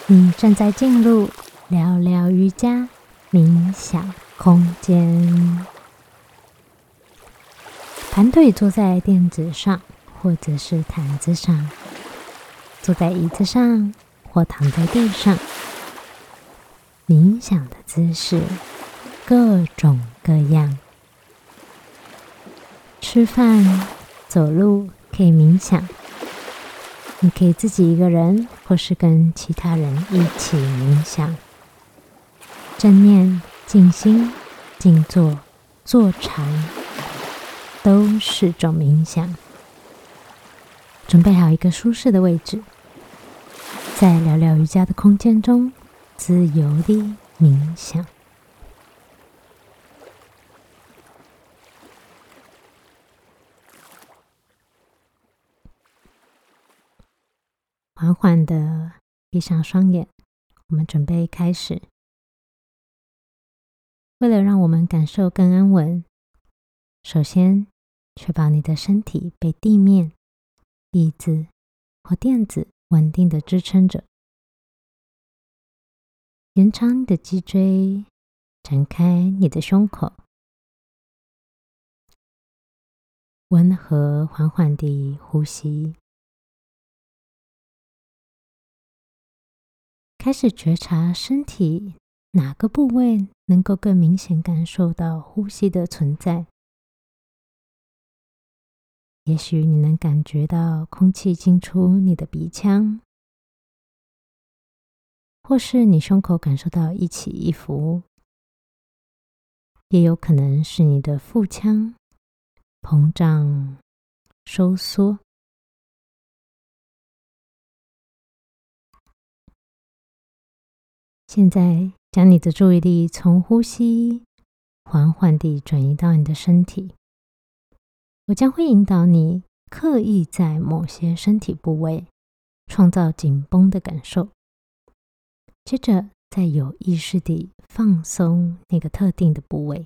你正在进入聊聊瑜伽冥想空间。盘腿坐在垫子上或者是毯子上，坐在椅子上或躺在地上。冥想的姿势各种各样。吃饭、走路可以冥想，你可以自己一个人或是跟其他人一起冥想。正念、静心、静坐、坐禅都是种冥想。准备好一个舒适的位置，在聊聊瑜伽的空间中自由地冥想。缓缓地闭上双眼，我们准备开始。为了让我们感受更安稳，首先确保你的身体被地面、椅子或垫子稳定地支撑着。延长你的脊椎，展开你的胸口，温和缓缓地呼吸。开始觉察身体哪个部位能够更明显感受到呼吸的存在。也许你能感觉到空气进出你的鼻腔，或是你胸口感受到一起一伏，也有可能是你的腹腔膨胀、收缩。现在将你的注意力从呼吸缓缓地转移到你的身体。我将会引导你刻意在某些身体部位创造紧绷的感受，接着再有意识地放松那个特定的部位。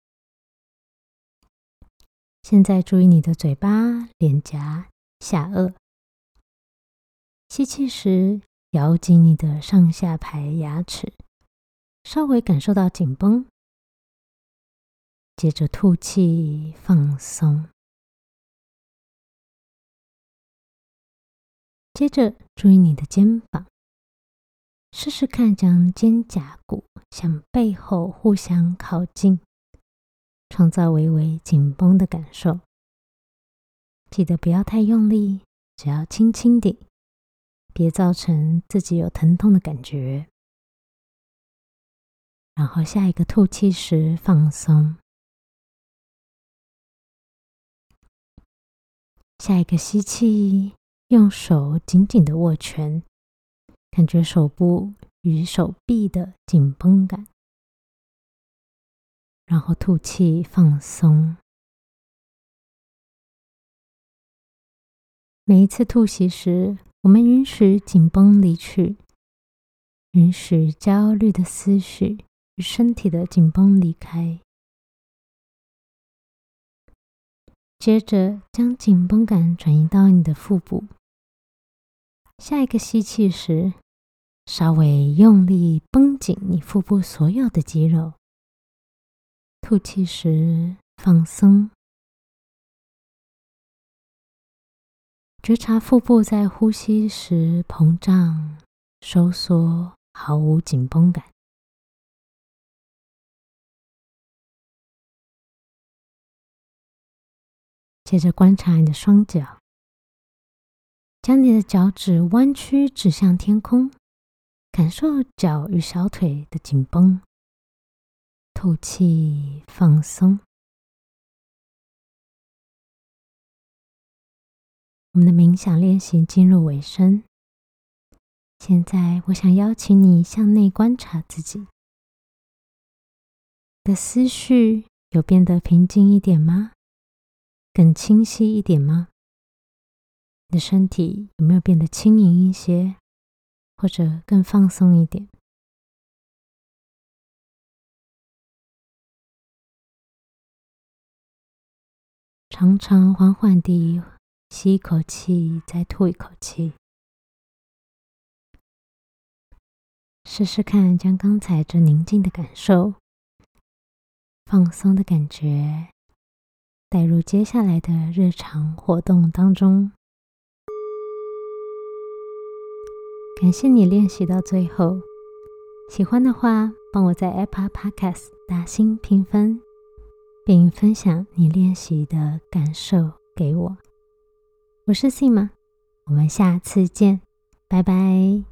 现在注意你的嘴巴、脸颊、下颚。吸气时咬紧你的上下排牙齿，稍微感受到紧绷。接着吐气放松。接着注意你的肩膀，试试看将肩胛骨向背后互相靠近，创造微微紧绷的感受。记得不要太用力，只要轻轻地，别造成自己有疼痛的感觉。然后下一个吐气时放松。下一个吸气，用手紧紧的握拳，感觉手部与手臂的紧绷感。然后吐气放松。每一次吐息时，我们允许紧绷离去，允许焦虑的思绪与身体的紧绷离开。接着将紧绷感转移到你的腹部。下一个吸气时，稍微用力绷紧你腹部所有的肌肉。吐气时放松。觉察腹部在呼吸时膨胀、收缩，毫无紧绷感。接着观察你的双脚，将你的脚趾弯曲指向天空，感受脚与小腿的紧绷。吐气放松。我们的冥想练习进入尾声。现在我想邀请你向内观察自己。你的思绪有变得平静一点吗？更清晰一点吗？你的身体有没有变得轻盈一些，或者更放松一点？长长缓缓地吸一口气，再吐一口气。 试试看将刚才这宁静的感受、放松的感觉带入接下来的日常活动当中。感谢你练习到最后，喜欢的话帮我在 Apple Podcast 打星评分，并分享你练习的感受给我。我是 Sima，我们下次见，拜拜。